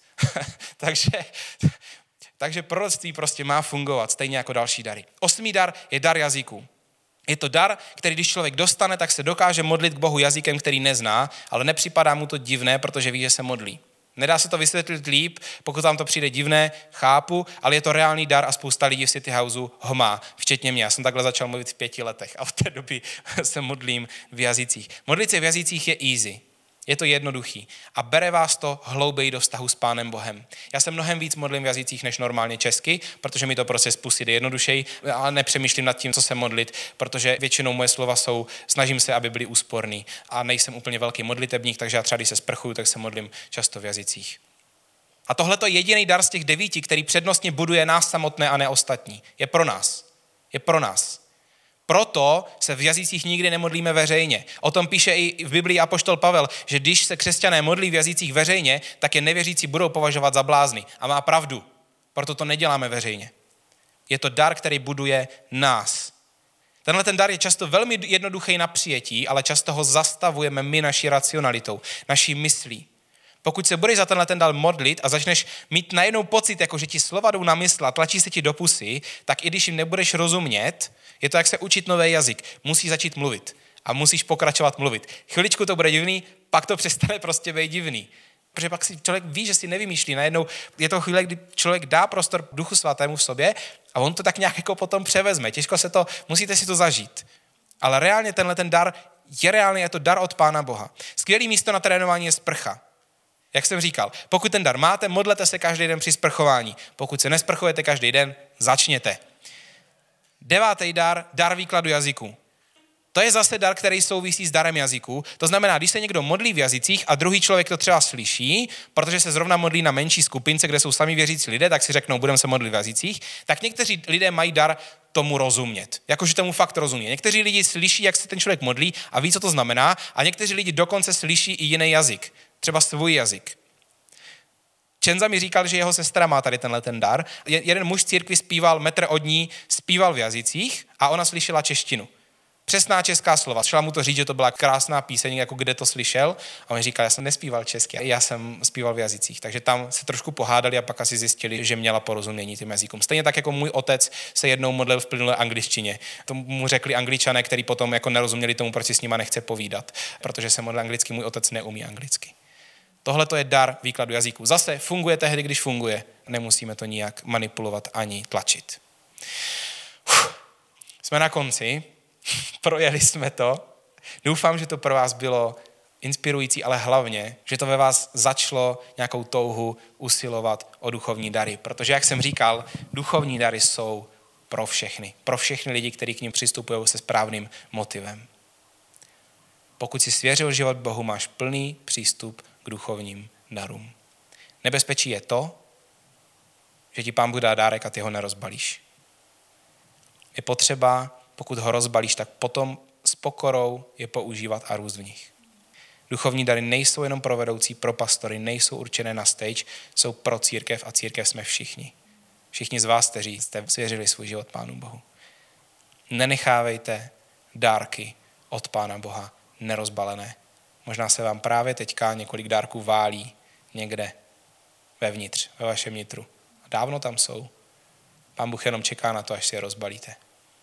takže proroctví prostě má fungovat, stejně jako další dary. 8. dar je dar jazyků. Je to dar, který když člověk dostane, tak se dokáže modlit k Bohu jazykem, který nezná, ale nepřipadá mu to divné, protože ví, že se modlí. Nedá se to vysvětlit líp, pokud vám to přijde divné, chápu, ale je to reálný dar a spousta lidí v City Houseu ho má, včetně mě. Já jsem takhle začal mluvit v 5 letech a od té doby se modlím v jazycích. Modlit se v jazycích je easy. Je to jednoduchý a bere vás to hlouběji do vztahu s Pánem Bohem. Já se mnohem víc modlím v jazycích než normálně česky, protože mi to prostě z pusy jde jednodušeji, ale nepřemýšlím nad tím, co se modlit, protože většinou moje slova snažím se, aby byly úsporný a nejsem úplně velký modlitebník, takže já třeba když se sprchuju, tak se modlím často v jazycích. A tohle je jediný dar z těch 9, který přednostně buduje nás samotné a ne ostatní. Je pro nás. Je pro nás. Proto se v jazycích nikdy nemodlíme veřejně. O tom píše i v Biblii apoštol Pavel, že když se křesťané modlí v jazycích veřejně, tak je nevěřící budou považovat za blázny. A má pravdu. Proto to neděláme veřejně. Je to dar, který buduje nás. Tenhle ten dar je často velmi jednoduchý na přijetí, ale často ho zastavujeme my naší racionalitou, naší myslí. Pokud se budeš za tenhle ten dar modlit a začneš mít najednou pocit, jako že ti slova jdou na mysl a tlačí se ti do pusy, tak i když jim nebudeš rozumět, je to jak se učit nový jazyk. Musíš začít mluvit a musíš pokračovat mluvit. Chviličku to bude divný, pak to přestane prostě být divný. Protože pak si člověk ví, že si nevymýšlí. Najednou je to chvíle, kdy člověk dá prostor Duchu Svatému v sobě a on to tak nějak jako potom převezme. Těžko se to, musíte si to zažít. Ale reálně tenhle ten dar je reálný, je to dar od Pána Boha. Skvělý místo na trénování je sprcha. Jak jsem říkal, pokud ten dar máte, modlete se každý den při sprchování. Pokud se nesprchujete každý den, začněte. 9. dar výkladu jazyků. To je zase dar, který souvisí s darem jazyků. To znamená, když se někdo modlí v jazycích a druhý člověk to třeba slyší, protože se zrovna modlí na menší skupince, kde jsou sami věřící lidé, tak si řeknou, budeme se modlit v jazycích, tak někteří lidé mají dar tomu rozumět. Jakože tomu fakt rozumí. Někteří lidi slyší, jak se ten člověk modlí a ví, co to znamená, a někteří lidi dokonce slyší i jiný jazyk, třeba svůj jazyk. Čenza mi říkal, že jeho sestra má tady tenhle ten dar. Jeden muž z církvi zpíval, metr od ní, zpíval v jazycích a ona slyšela češtinu. Přesná česká slova. Šla mu to říct, že to byla krásná píseň, jako kde to slyšel. A on říkal, já jsem nespíval česky, já jsem zpíval v jazycích. Takže tam se trošku pohádali a pak asi zjistili, že měla porozumění tím jazykům. Stejně tak, jako můj otec se jednou modlil v plynulé angličtině. To mu řekli Angličané, který potom jako nerozuměli tomu, proč si s nima nechce povídat. Protože se modlil anglicky, můj otec neumí anglicky. Tohle to je dar výkladu jazyků. Zase funguje tehdy, když funguje. Nemusíme to nijak manipulovat ani tlačit. Jsme na konci. Projeli jsme to. Doufám, že to pro vás bylo inspirující, ale hlavně, že to ve vás začalo nějakou touhu usilovat o duchovní dary. Protože, jak jsem říkal, duchovní dary jsou pro všechny. Pro všechny lidi, kteří k nim přistupují se správným motivem. Pokud si svěřil život Bohu, máš plný přístup k duchovním darům. Nebezpečí je to, že ti Pán Bůh dá dárek a ty ho nerozbalíš. Je potřeba, pokud ho rozbalíš, tak potom s pokorou je používat a růst v nich. Duchovní dary nejsou jenom pro vedoucí, pro pastory, nejsou určené na stage, jsou pro církev a církev jsme všichni. Všichni z vás, kteří jste svěřili svůj život Pánu Bohu. Nenechávejte dárky od Pána Boha nerozbalené. Možná se vám právě teďka několik dárků válí někde vevnitř, ve vašem nitru. Dávno tam jsou. Pán Bůh jenom čeká na to, až si je rozbalíte.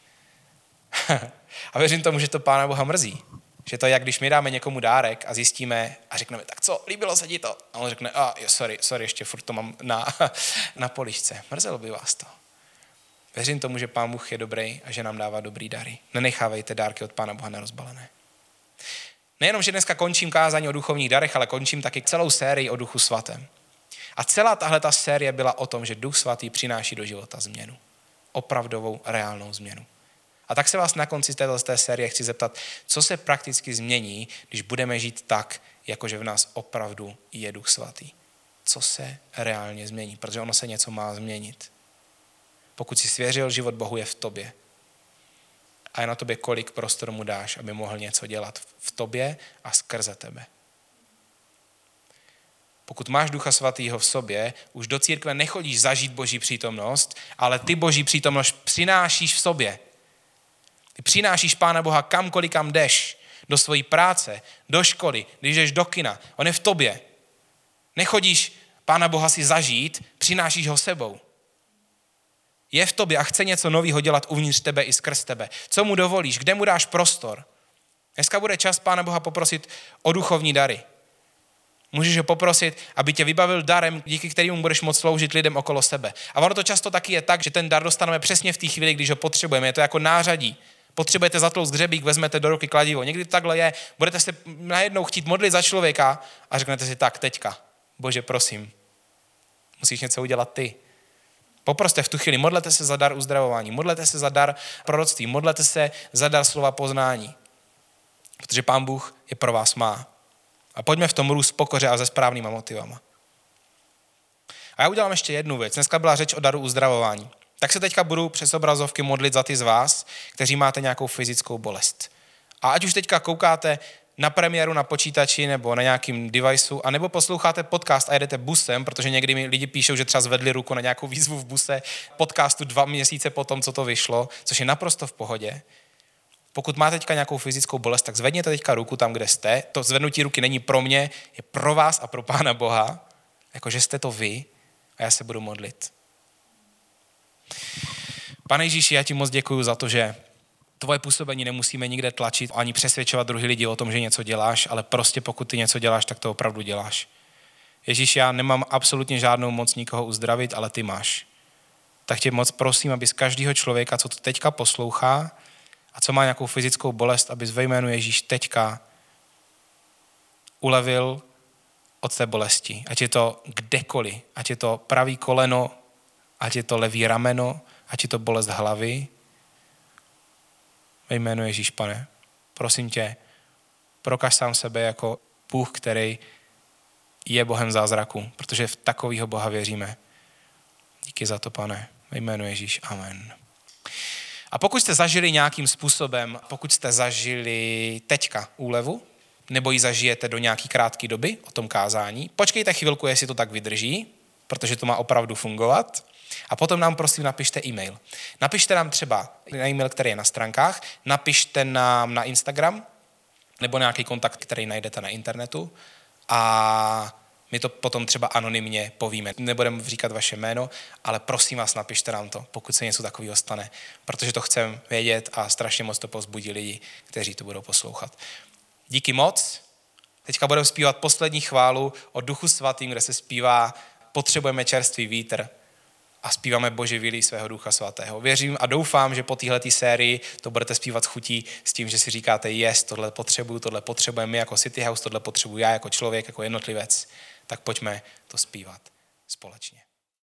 A věřím tomu, že to Pána Boha mrzí. Že to je, jak když my dáme někomu dárek a zjistíme a řekneme, tak co, líbilo se ti to? A on řekne, sorry, ještě furt to mám na poličce. Mrzelo by vás to. Věřím tomu, že Pán Bůh je dobrý a že nám dává dobrý dary. Nenechávejte dárky od Pána Boha nerozbalené. Nejenom, že dneska končím kázání o duchovních darech, ale končím taky celou sérii o Duchu Svatém. A celá tahleta série byla o tom, že Duch Svatý přináší do života změnu. Opravdovou, reálnou změnu. A tak se vás na konci té série chci zeptat, co se prakticky změní, když budeme žít tak, jakože v nás opravdu je Duch Svatý. Co se reálně změní, protože ono se něco má změnit. Pokud si svěřil, život Bohu je v tobě. A je na tobě, kolik prostoru mu dáš, aby mohl něco dělat v tobě a skrze tebe. Pokud máš Ducha Svatýho v sobě, už do církve nechodíš zažít Boží přítomnost, ale ty Boží přítomnost přinášíš v sobě. Ty přinášíš Pána Boha kamkoliv, kam jdeš, do svojí práce, do školy, když jdeš do kina. On je v tobě. Nechodíš Pána Boha si zažít, přinášíš ho sebou. Je v tobě a chce něco nového dělat uvnitř tebe i skrz tebe. Co mu dovolíš? Kde mu dáš prostor? Dneska bude čas Pána Boha poprosit o duchovní dary. Můžeš ho poprosit, aby tě vybavil darem, díky kterému budeš moct sloužit lidem okolo sebe. A ono to často taky je tak, že ten dar dostaneme přesně v té chvíli, když ho potřebujeme. Je to jako nářadí. Potřebujete zatlouct hřebík, vezmete do ruky kladivo. Někdy to takhle je. Budete se najednou chtít modlit za člověka a řeknete si tak, teďka. Bože, prosím, musíš něco udělat ty. Poproste v tu chvíli, modlete se za dar uzdravování, modlete se za dar proroctví, modlete se za dar slova poznání. Protože Pán Bůh je pro vás má. A pojďme v tom růst v pokoře a se správnýma motivama. A já udělám ještě jednu věc. Dneska byla řeč o daru uzdravování. Tak se teďka budu přes obrazovky modlit za ty z vás, kteří máte nějakou fyzickou bolest. A ať už teďka koukáte na premiéru na počítači nebo na nějakým deviceu, anebo posloucháte podcast a jedete busem, protože někdy mi lidi píšou, že třeba zvedli ruku na nějakou výzvu v buse podcastu 2 měsíce potom, co to vyšlo, což je naprosto v pohodě. Pokud máte teďka nějakou fyzickou bolest, tak zvedněte teďka ruku tam, kde jste. To zvednutí ruky není pro mě, je pro vás a pro Pána Boha, jakože jste to vy a já se budu modlit. Pane Ježíši, já ti moc děkuju za to, že tvoje působení nemusíme nikde tlačit ani přesvědčovat druhý lidi o tom, že něco děláš, ale prostě pokud ty něco děláš, tak to opravdu děláš. Ježíš, já nemám absolutně žádnou moc nikoho uzdravit, ale ty máš. Tak tě moc prosím, aby z každého člověka, co to teďka poslouchá a co má nějakou fyzickou bolest, aby ve jménu Ježíš teďka ulevil od té bolesti. Ať je to kdekoliv, ať je to pravý koleno, ať je to levý rameno, ať je to bolest hlavy. Ve jménu Ježíš, Pane. prosím tě, prokaž sám sebe jako Bůh, který je Bohem zázraku, protože v takového Boha věříme. Díky za to, Pane. Ve jménu Ježíš. Amen. A pokud jste zažili nějakým způsobem, pokud jste zažili teďka úlevu, nebo ji zažijete do nějaký krátké doby o tom kázání, počkejte chvilku, jestli to tak vydrží, protože to má opravdu fungovat. A potom nám prosím napište e-mail. Napište nám třeba na e-mail, který je na stránkách, napište nám na Instagram, nebo nějaký kontakt, který najdete na internetu a my to potom třeba anonymně povíme. Nebudeme říkat vaše jméno, ale prosím vás, napište nám to, pokud se něco takového stane, protože to chceme vědět a strašně moc to povzbudí lidi, kteří to budou poslouchat. Díky moc. Teďka budeme zpívat poslední chválu o Duchu Svatým, kde se zpívá Potřebujeme čerstvý vítr a zpíváme Bože vylij svého Ducha Svatého. Věřím a doufám, že po téhletý sérii to budete zpívat s chutí s tím, že si říkáte yes, tohle potřebujeme my jako City House, tohle potřebuji já jako člověk, jako jednotlivec. Tak pojďme to zpívat společně.